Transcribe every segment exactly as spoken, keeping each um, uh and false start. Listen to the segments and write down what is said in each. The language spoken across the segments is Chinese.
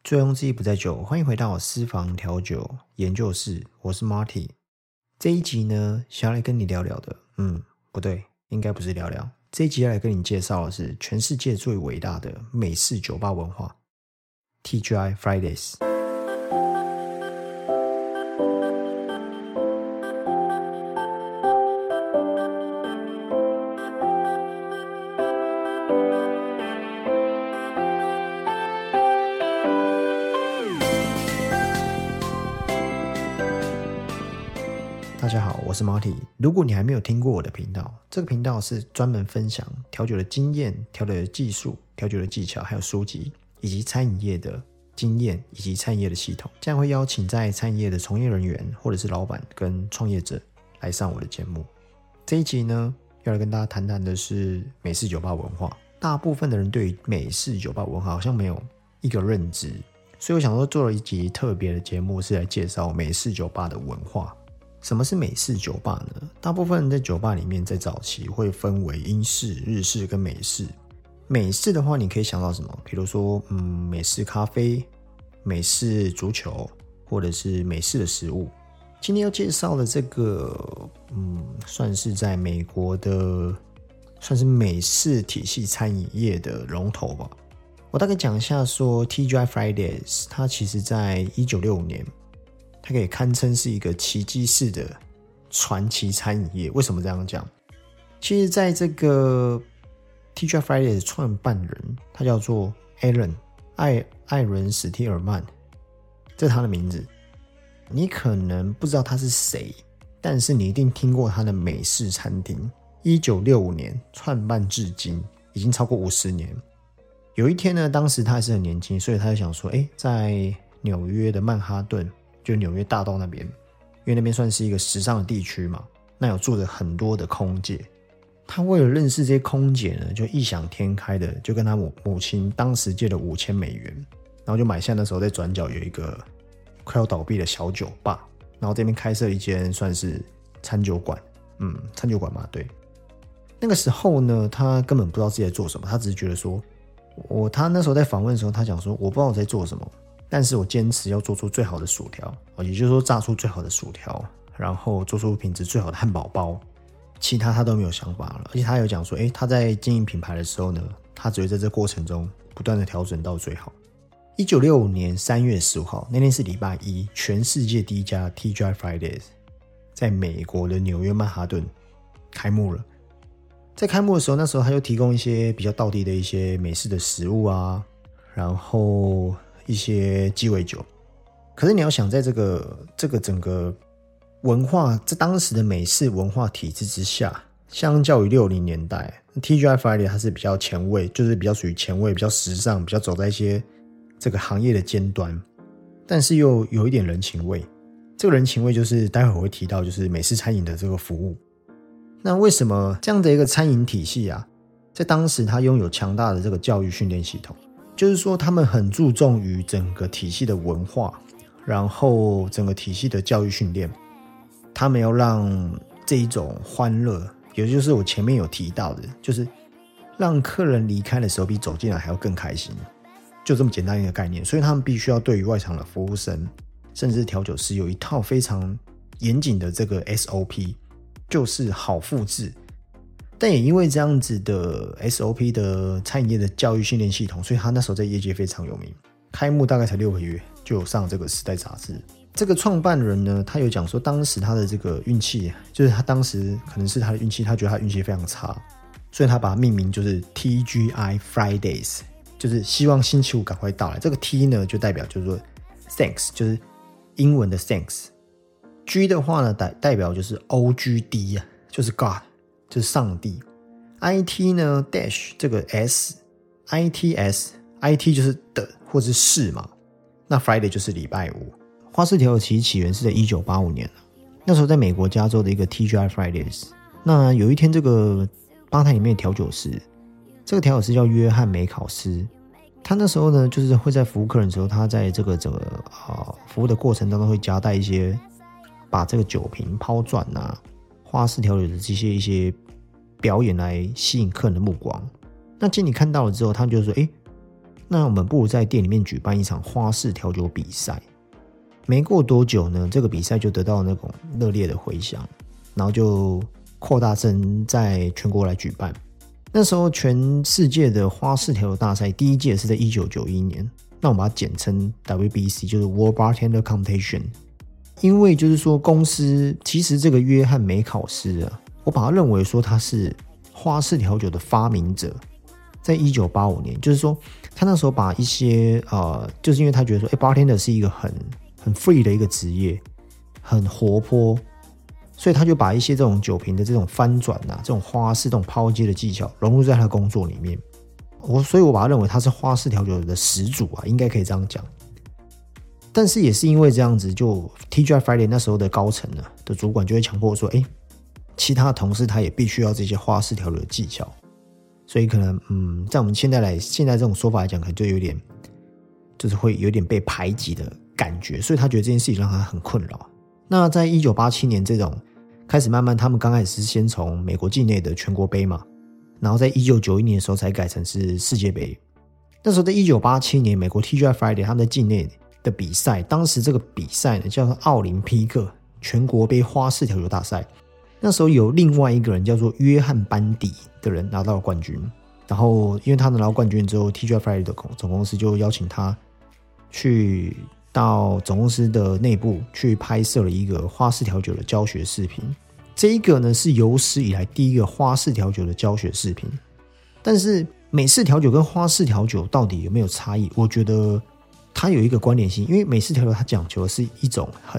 醉翁之意不在酒，欢迎回到私房调酒研究室，我是 Marty。这一集呢，想要来跟你聊聊的，嗯，不对，应该不是聊聊。这一集要来跟你介绍的是全世界最伟大的美式酒吧文化 T G I Fridays。大家好，我是 Marty。如果你还没有听过我的频道，这个频道是专门分享调酒的经验、调酒的技术、调酒的技巧，还有书籍，以及餐饮业的经验以及餐饮业的系统。这样会邀请在餐饮业的从业人员或者是老板跟创业者来上我的节目。这一集呢，要来跟大家谈谈的是美式酒吧文化。大部分的人对于美式酒吧文化好像没有一个认知，所以我想说做了一集特别的节目，是来介绍美式酒吧的文化。什么是美式酒吧呢？大部分人在酒吧里面在早期会分为英式、日式跟美式。美式的话你可以想到什么？比如说嗯，美式咖啡、美式足球，或者是美式的食物。今天要介绍的这个嗯，算是在美国的算是美式体系餐饮业的龙头吧。我大概讲一下说 T G I Fridays 它其实在一九六五年它可以堪称是一个奇迹式的传奇餐饮业。为什么这样讲？其实在这个 T G I Fridays 的创办人他叫做 Alan 艾艾伦史蒂尔曼，这是他的名字。你可能不知道他是谁，但是你一定听过他的美式餐厅。一九六五年创办至今已经超过五十年。有一天呢，当时他还是很年轻，所以他就想说诶，在纽约的曼哈顿，就纽约大道那边，因为那边算是一个时尚的地区嘛，那有住着很多的空姐。他为了认识这些空姐呢，就异想天开的就跟他母母亲当时借了五千美元，然后就买下那时候在转角有一个快要倒闭的小酒吧，然后这边开设一间算是餐酒馆，嗯，餐酒馆嘛，对。那个时候呢，他根本不知道自己在做什么，他只是觉得说，我他那时候在访问的时候，他讲说，我不知道我在做什么。但是我坚持要做出最好的薯条，也就是说炸出最好的薯条，然后做出品质最好的汉堡包，其他他都没有想法了。而且他有讲说，诶，他在经营品牌的时候呢，他只会在这过程中不断的调整到最好。一九六五年三月十五号，那天是礼拜一，全世界第一家 T G I Fridays 在美国的纽约曼哈顿开幕了。在开幕的时候，那时候他就提供一些比较道地的一些美式的食物啊，然后一些鸡尾酒。可是你要想在这个这个整个文化，在当时的美式文化体制之下，相较于六零年代 T G I Fridays 它是比较前卫，就是比较属于前卫，比较时尚，比较走在一些这个行业的尖端，但是又有一点人情味。这个人情味就是待会我会提到，就是美式餐饮的这个服务。那为什么这样的一个餐饮体系啊，在当时它拥有强大的这个教育训练系统，就是说他们很注重于整个体系的文化，然后整个体系的教育训练，他们要让这一种欢乐，也就是我前面有提到的，就是让客人离开的时候比走进来还要更开心，就这么简单一个概念。所以他们必须要对于外场的服务生甚至调酒师有一套非常严谨的这个 S O P， 就是好复制。但也因为这样子的 S O P 的餐饮业的教育训练系统，所以他那时候在业界非常有名。开幕大概才六个月就有上这个时代杂志。这个创办人呢，他有讲说当时他的这个运气，就是他当时可能是他的运气，他觉得他运气非常差，所以他把它命名就是 T G I Fridays， 就是希望星期五赶快到来。这个 T 呢就代表就是说 Thanks， 就是英文的 Thanks。G 的话呢 代, 代表就是 O G D， 就是 God， 就是上帝。I T 呢 dash 这个 S I T S I T 就是的或者是是嘛，那 Friday 就是礼拜五。花式调酒其实起源是在一九八五年，那时候在美国加州的一个 T G I Fridays。 那有一天这个吧台里面的调酒师，这个调酒师叫约翰梅考斯，他那时候呢就是会在服务客人的时候，他在这个整个、呃、服务的过程当中会夹带一些把这个酒瓶抛转啊，花式调酒的这些一些表演来吸引客人的目光。那经理看到了之后，他就说诶， 那我们不如在店里面举办一场花式调酒比赛。没过多久呢，这个比赛就得到那种热烈的回响，然后就扩大成在全国来举办。那时候全世界的花式调酒大赛第一届是在一九九一年，那我们把它简称 W B C， 就是 World Bartender Competition。 因为就是说公司其实这个约翰梅考斯啊，我把他认为说他是花式调酒的发明者。在一九八五年，就是说他那时候把一些呃，就是因为他觉得说，哎 ，bartender 是一个很很 free 的一个职业，很活泼，所以他就把一些这种酒瓶的这种翻转啊，这种花式、这种抛接的技巧融入在他的工作里面。我所以，我把他认为他是花式调酒的始祖啊，应该可以这样讲。但是也是因为这样子，就 T G I Friday 那时候的高层呢的主管就会强迫说，哎，其他的同事他也必须要这些花式调酒的技巧。所以可能，嗯，在我们现在来现在这种说法来讲，可能就有点，就是会有点被排挤的感觉，所以他觉得这件事情让他很困扰。那在一九八七年这种开始慢慢，他们刚开始是先从美国境内的全国杯嘛，然后在一九九一年的时候才改成是世界杯。那时候在一九八七年，美国 T G I Friday 他们在境内的比赛，当时这个比赛呢叫做奥林匹克全国杯花式调酒大赛。那时候有另外一个人叫做约翰班迪的人拿到了冠军，然后因为他拿到冠军之后 T G I Friday 的总公司就邀请他去到总公司的内部去拍摄了一个花式调酒的教学视频。这一个呢是有史以来第一个花式调酒的教学视频。但是美式调酒跟花式调酒到底有没有差异？我觉得它有一个关联性，因为美式调酒它讲求的是一种很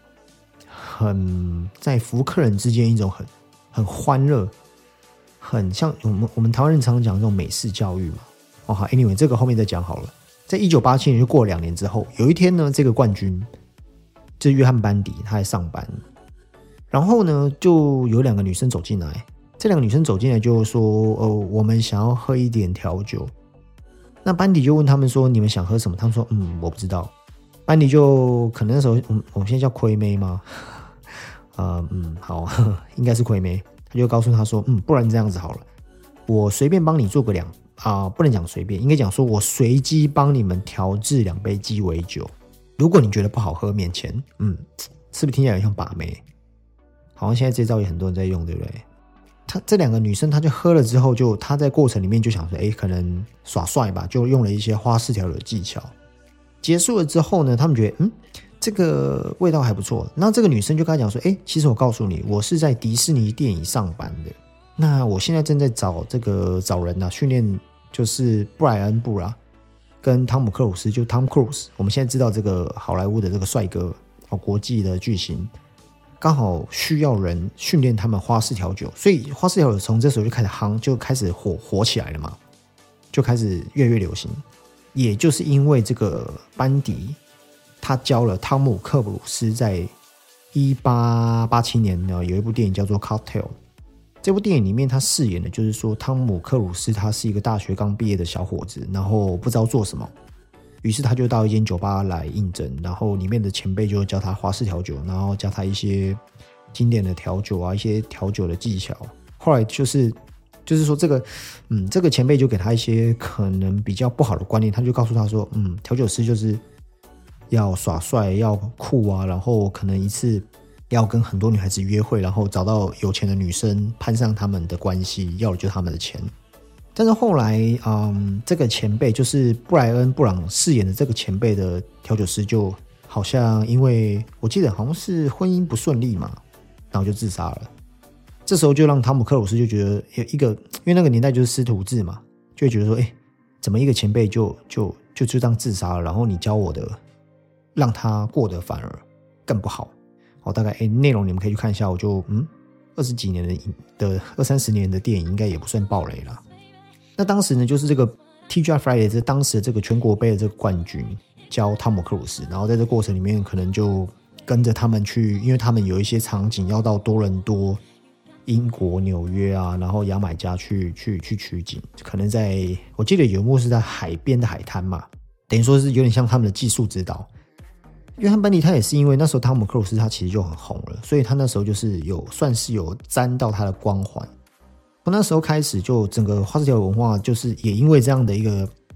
很在服务客人之间一种很很欢乐，很像我们我们台湾人常常讲这种美式教育嘛。哦好 ，anyway 这个后面再讲好了。在一九八七年就过了两年之后，有一天呢，这个冠军就是约翰班迪，他在上班，然后呢就有两个女生走进来，这两个女生走进来就说：“哦，我们想要喝一点调酒。”那班迪就问他们说：“你们想喝什么？”他们说：“嗯，我不知道。”班迪就可能那时候我们我们现在叫亏妹吗？呃、嗯，好，呵呵应该是亏妹。他就告诉他说：“嗯，不然这样子好了，我随便帮你做个两啊、呃，不能讲随便，应该讲说我随机帮你们调制两杯鸡尾酒。如果你觉得不好喝，免钱。嗯，是不是听起来有点像把妹？好像现在这招也很多人在用，对不对？他这两个女生，她就喝了之后就，就她在过程里面就想说，哎，可能耍帅吧，就用了一些花式调酒的技巧。结束了之后呢，他们觉得，嗯。”这个味道还不错，那这个女生就跟他讲说：“哎，其实我告诉你，我是在迪士尼电影上班的。那我现在正在找这个找人啊，训练就是布莱恩·布拉跟汤姆·克鲁斯，就 Tom Cruise。我们现在知道这个好莱坞的这个帅哥哦，国际的巨星，刚好需要人训练他们花式调酒，所以花式调酒从这时候就开始夯，就开始火火起来了嘛，就开始越来越流行。也就是因为这个班迪。”他教了汤姆·克鲁斯在一八八七年呢有一部电影叫做 Cocktail。 这部电影里面他饰演的就是说汤姆·克鲁斯他是一个大学刚毕业的小伙子，然后不知道做什么，于是他就到一间酒吧来应征，然后里面的前辈就教他花式调酒，然后教他一些经典的调酒啊，一些调酒的技巧。后来就是就是说这个嗯，这个前辈就给他一些可能比较不好的观念，他就告诉他说嗯，调酒师就是要耍帅要酷啊，然后可能一次要跟很多女孩子约会，然后找到有钱的女生攀上他们的关系，要的就是他们的钱。但是后来嗯，这个前辈就是布莱恩·布朗饰演的这个前辈的调酒师就好像因为我记得好像是婚姻不顺利嘛，然后就自杀了。这时候就让汤姆·克鲁斯就觉得有一个，因为那个年代就是师徒制嘛，就会觉得说哎，怎么一个前辈就就就就这样自杀了，然后你教我的让他过得反而更不好。好，大概诶内容你们可以去看一下，我就嗯二十几年的的二三十年的电影应该也不算爆雷啦。那当时呢就是这个 T G I Friday 这当时的这个全国杯的这个冠军教汤姆克鲁斯，然后在这过程里面可能就跟着他们去，因为他们有一些场景要到多伦多、英国纽约啊，然后牙买加去去去取景，可能在我记得有一幕是在海边的海滩嘛，等于说是有点像他们的技术指导。约翰班迪他也是因为那时候汤姆克鲁斯他其实就很红了，所以他那时候就是有算是有沾到他的光环。从那时候开始就整个花式调酒文化就是也因为这样的一个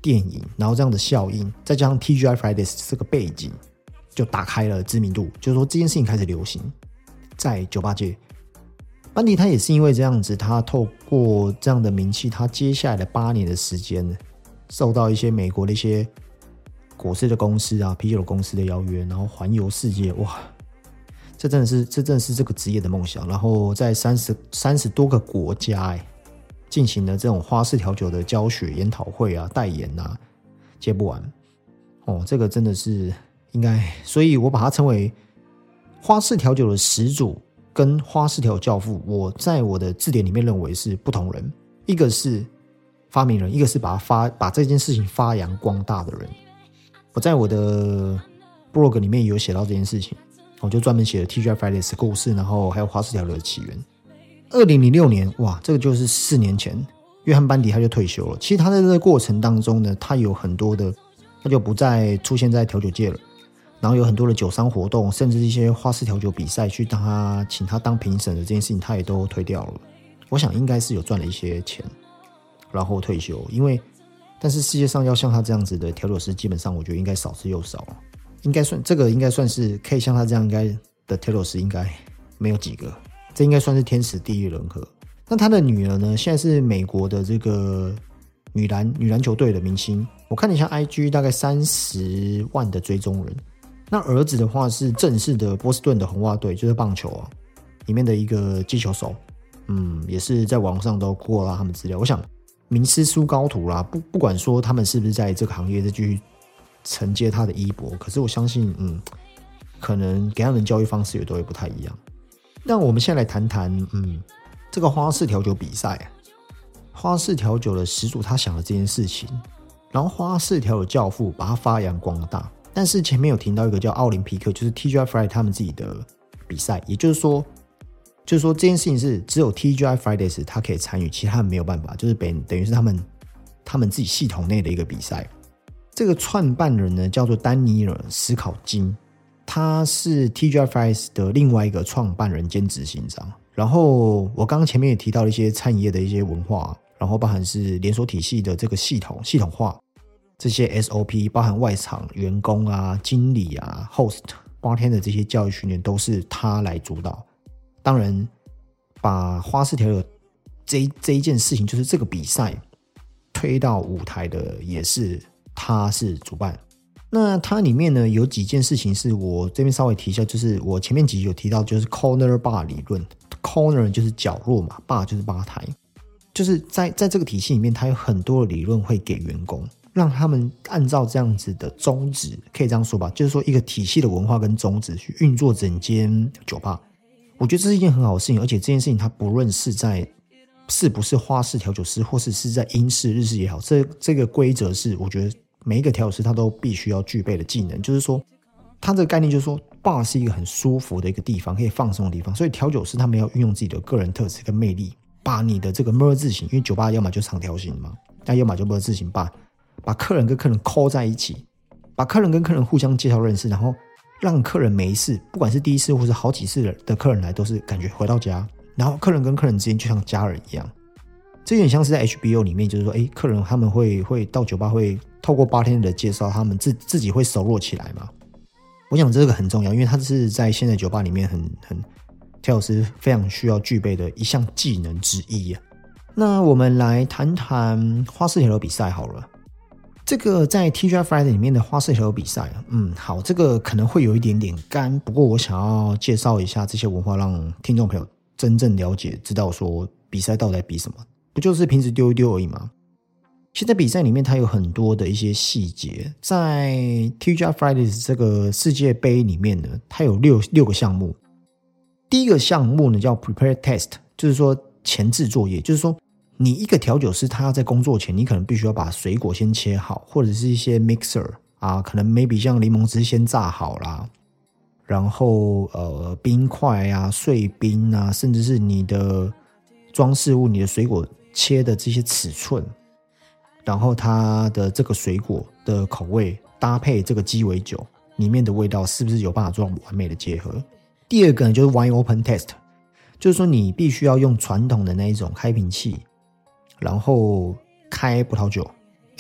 电影，然后这样的效应，再加上 T G I Fridays 这个背景，就打开了知名度，就是说这件事情开始流行在酒吧界。班迪他也是因为这样子，他透过这样的名气，他接下来的八年的时间，受到一些美国的一些果汁的公司啊、啤酒的公司的邀约，然后环游世界。哇，这真的是这真的是这个职业的梦想。然后在三十三十多个国家哎，进行了这种花式调酒的教学、研讨会啊、代言啊，接不完哦。这个真的是应该，所以我把它称为花式调酒的始祖跟花式调酒教父。我在我的字典里面认为是不同人，一个是发明人，一个是把它发把这件事情发扬光大的人。我在我的 blog 里面有写到这件事情，我就专门写了 T G I Fridays 的故事，然后还有花式调酒的起源。二零零六年，哇，这个就是四年前，约翰班迪他就退休了。其实他在这个过程当中呢，他有很多的，他就不再出现在调酒界了。然后有很多的酒商活动，甚至一些花式调酒比赛去当他请他当评审的这件事情，他也都推掉了。我想应该是有赚了一些钱，然后退休。因为，但是世界上要像他这样子的调酒师，基本上我觉得应该少之又少。应该算这个应该算是可以像他这样应该的调酒师，应该没有几个。这应该算是天时地利人和。那他的女儿呢？现在是美国的这个女篮女篮球队的明星。我看了一下 I G， 大概三十万的追踪人。那儿子的话是正式的波士顿的红袜队，就是棒球啊里面的一个击球手。嗯，也是在网上都过了他们资料。我想名师出高徒啦，不不管说他们是不是在这个行业再继续承接他的衣钵，可是我相信，嗯，可能给他们教育方式也都会不太一样。那我们现在来谈谈，嗯，这个花式调酒比赛，花式调酒的始祖他想了这件事情，然后花式调酒教父把它发扬光大。但是前面有提到一个叫奥林匹克，就是 T G I Fridays 他们自己的比赛，也就是说，就是说这件事情是只有 T G I Fridays 他可以参与，其他人没有办法，就是等于是他们他们自己系统内的一个比赛。这个创办人呢叫做丹尼尔·史考金，他是 T G I Fridays 的另外一个创办人兼执行长。然后我刚刚前面也提到了一些餐饮业的一些文化，然后包含是连锁体系的这个系统系统化。这些 S O P 包含外场员工啊、经理啊、host、bartender 的这些教育训练都是他来主导。当然，把花式调酒这这一件事情，就是这个比赛推到舞台的，也是他是主办。那它里面呢有几件事情是我这边稍微提一下，就是我前面几集有提到，就是 corner bar 理论。corner 就是角落嘛， bar 就是吧台，就是在在这个体系里面，它有很多的理论会给员工。让他们按照这样子的宗旨，可以这样说吧，就是说一个体系的文化跟宗旨去运作整间酒吧。我觉得这是一件很好的事情，而且这件事情它不论是在是不是花式调酒师，或是是在英式、日式也好，这这个规则是我觉得每一个调酒师他都必须要具备的技能。就是说，他这个概念就是说 ，bar 是一个很舒服的一个地方，可以放松的地方，所以调酒师他们要运用自己的个人特质跟魅力，把你的这个 M 字形，因为酒吧要么就长条形嘛，那要么就 M 字形把。把客人跟客人扣在一起，把客人跟客人互相介绍认识，然后让客人每一次，不管是第一次或是好几次的客人来，都是感觉回到家，然后客人跟客人之间就像家人一样。这有点像是在 H B O 里面，就是说，哎，客人他们会会到酒吧，会透过bartender的介绍，他们自自己会熟络起来嘛。我想这个很重要，因为它是在现在酒吧里面很很调酒师非常需要具备的一项技能之一啊。那我们来谈谈花式调酒比赛好了。这个在 T G I Fridays 里面的花式调酒比赛，嗯，好，这个可能会有一点点干，不过我想要介绍一下这些文化，让听众朋友真正了解，知道说比赛到底在比什么，不就是瓶子丢一丢而已吗？其实在比赛里面它有很多的一些细节，在 T G I Fridays 这个世界杯里面呢，它有六六个项目。第一个项目呢叫 Prepare Test， 就是说前置作业，就是说你一个调酒师他要在工作前，你可能必须要把水果先切好，或者是一些 mixer 啊，可能 maybe 像柠檬汁先榨好啦，然后呃冰块啊、碎冰啊，甚至是你的装饰物、你的水果切的这些尺寸，然后它的这个水果的口味搭配这个鸡尾酒里面的味道是不是有办法做完美的结合。第二个呢就是 wine open test， 就是说你必须要用传统的那一种开瓶器，然后开葡萄酒。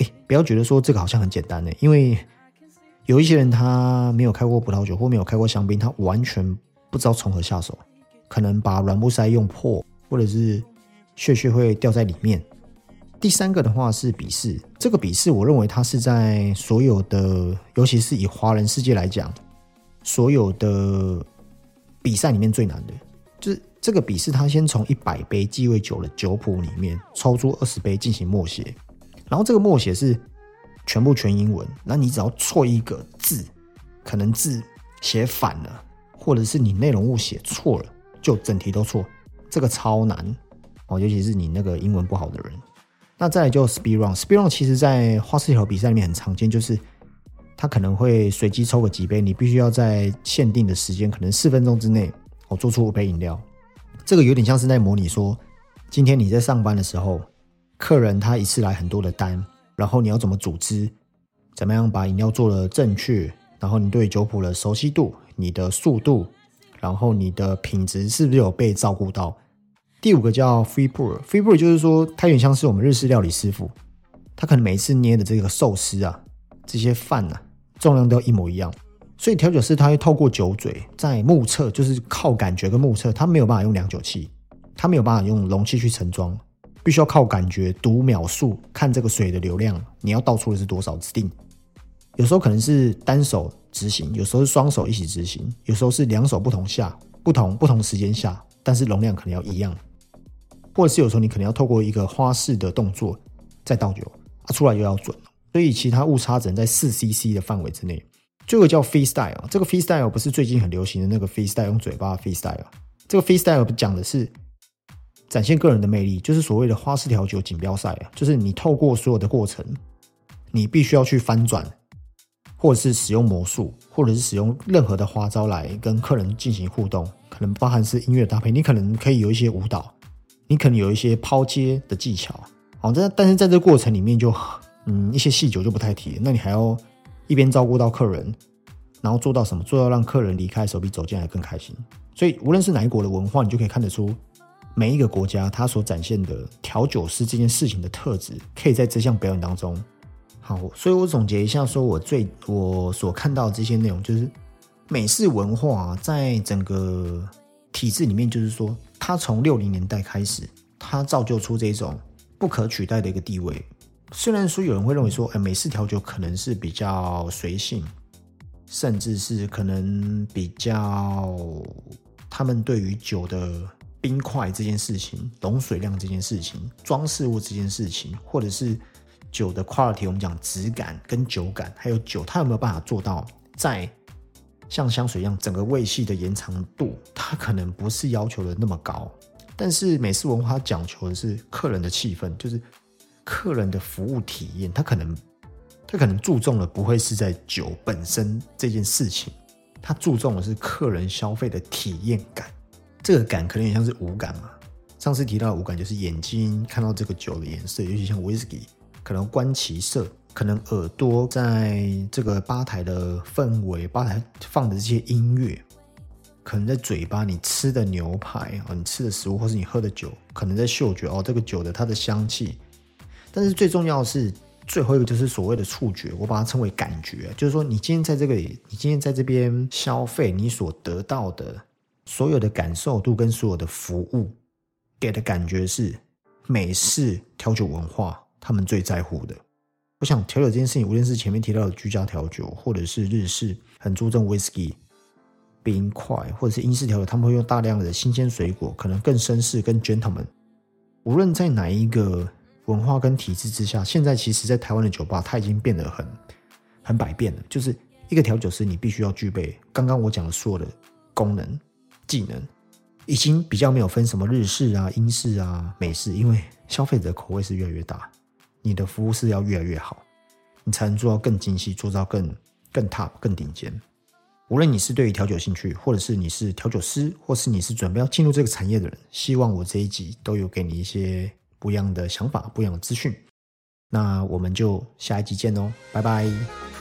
诶，不要觉得说这个好像很简单，因为有一些人他没有开过葡萄酒或没有开过香槟，他完全不知道从何下手，可能把软木塞用破，或者是屑屑会掉在里面。第三个的话是笔试，这个笔试我认为它是在所有的，尤其是以华人世界来讲，所有的比赛里面最难的，就是这个笔试它先从一百杯鸡尾酒的酒谱里面抽出二十杯进行默写，然后这个默写是全部全英文，那你只要错一个字，可能字写反了，或者是你内容物写错了，就整题都错，这个超难哦，尤其是你那个英文不好的人。那再来就 speed run，speed run 其实在花式调酒比赛里面很常见，就是他可能会随机抽个几杯，你必须要在限定的时间，可能四分钟之内哦做出五杯饮料。这个有点像是在模拟说，今天你在上班的时候，客人他一次来很多的单，然后你要怎么组织，怎么样把饮料做得正确，然后你对酒谱的熟悉度，你的速度，然后你的品质是不是有被照顾到。第五个叫 free pour， free pour 就是说它有点像是我们日式料理师傅，他可能每一次捏的这个寿司啊，这些饭啊，重量都一模一样，所以调酒师他会透过酒嘴在目测，就是靠感觉跟目测，他没有办法用量酒器，他没有办法用容器去盛装，必须要靠感觉读秒数，看这个水的流量，你要倒出的是多少指定。有时候可能是单手执行，有时候是双手一起执行，有时候是两手不同下，不同不同时间下，但是容量可能要一样，或者是有时候你可能要透过一个花式的动作再倒酒，啊，出来又要准，所以其他误差只能在 四 C C 的范围之内。最后叫 freestyle， 这个 freestyle 不是最近很流行的那个 freestyle 用嘴巴的 freestyle， 这个 freestyle 讲的是展现个人的魅力，就是所谓的花式调酒锦标赛，就是你透过所有的过程，你必须要去翻转，或者是使用魔术，或者是使用任何的花招来跟客人进行互动，可能包含是音乐搭配，你可能可以有一些舞蹈，你可能有一些抛接的技巧，好，但是在这个过程里面就嗯一些细节就不太提了，那你还要一边照顾到客人，然后做到什么？做到让客人离开的时候比走进来更开心。所以无论是哪一国的文化，你就可以看得出每一个国家它所展现的调酒师这件事情的特质，可以在这项表演当中。好，所以我总结一下，说我最我所看到的这些内容，就是美式文化、啊、在整个体制里面，就是说它从六零年代开始，它造就出这种不可取代的一个地位。虽然说有人会认为说，哎，美式调酒可能是比较随性，甚至是可能比较他们对于酒的冰块这件事情、容水量这件事情、装饰物这件事情，或者是酒的 quality， 我们讲质感跟酒感，还有酒它有没有办法做到在像香水一样整个味系的延长度，它可能不是要求的那么高。但是美式文化讲求的是客人的气氛，就是客人的服务体验，他可能他可能注重的不会是在酒本身这件事情，他注重的是客人消费的体验感。这个感可能也像是五感嘛，上次提到的五感就是眼睛看到这个酒的颜色，尤其像 whisky， 可能观其色，可能耳朵在这个吧台的氛围，吧台放的这些音乐，可能在嘴巴你吃的牛排、哦、你吃的食物，或是你喝的酒，可能在嗅觉哦，这个酒的它的香气。但是最重要的是最后一个，就是所谓的触觉，我把它称为感觉，就是说你今天在这个里，你今天在这边消费，你所得到的所有的感受度跟所有的服务给的感觉是美式调酒文化他们最在乎的。我想调酒这件事情，无论是前面提到的居家调酒，或者是日式很注重 whisky 冰块，或者是英式调酒，他们会用大量的新鲜水果，可能更绅士更 gentleman。 无论在哪一个文化跟体制之下，现在其实在台湾的酒吧它已经变得很很百变了，就是一个调酒师你必须要具备刚刚我讲的所有的功能技能，已经比较没有分什么日式啊英式啊美式，因为消费者的口味是越来越大，你的服务是要越来越好，你才能做到更精细，做到更更 top 更顶尖。无论你是对于调酒兴趣，或者是你是调酒师，或是你是准备要进入这个产业的人，希望我这一集都有给你一些不一样的想法，不一样的资讯。那我们就下一集见哦，拜拜。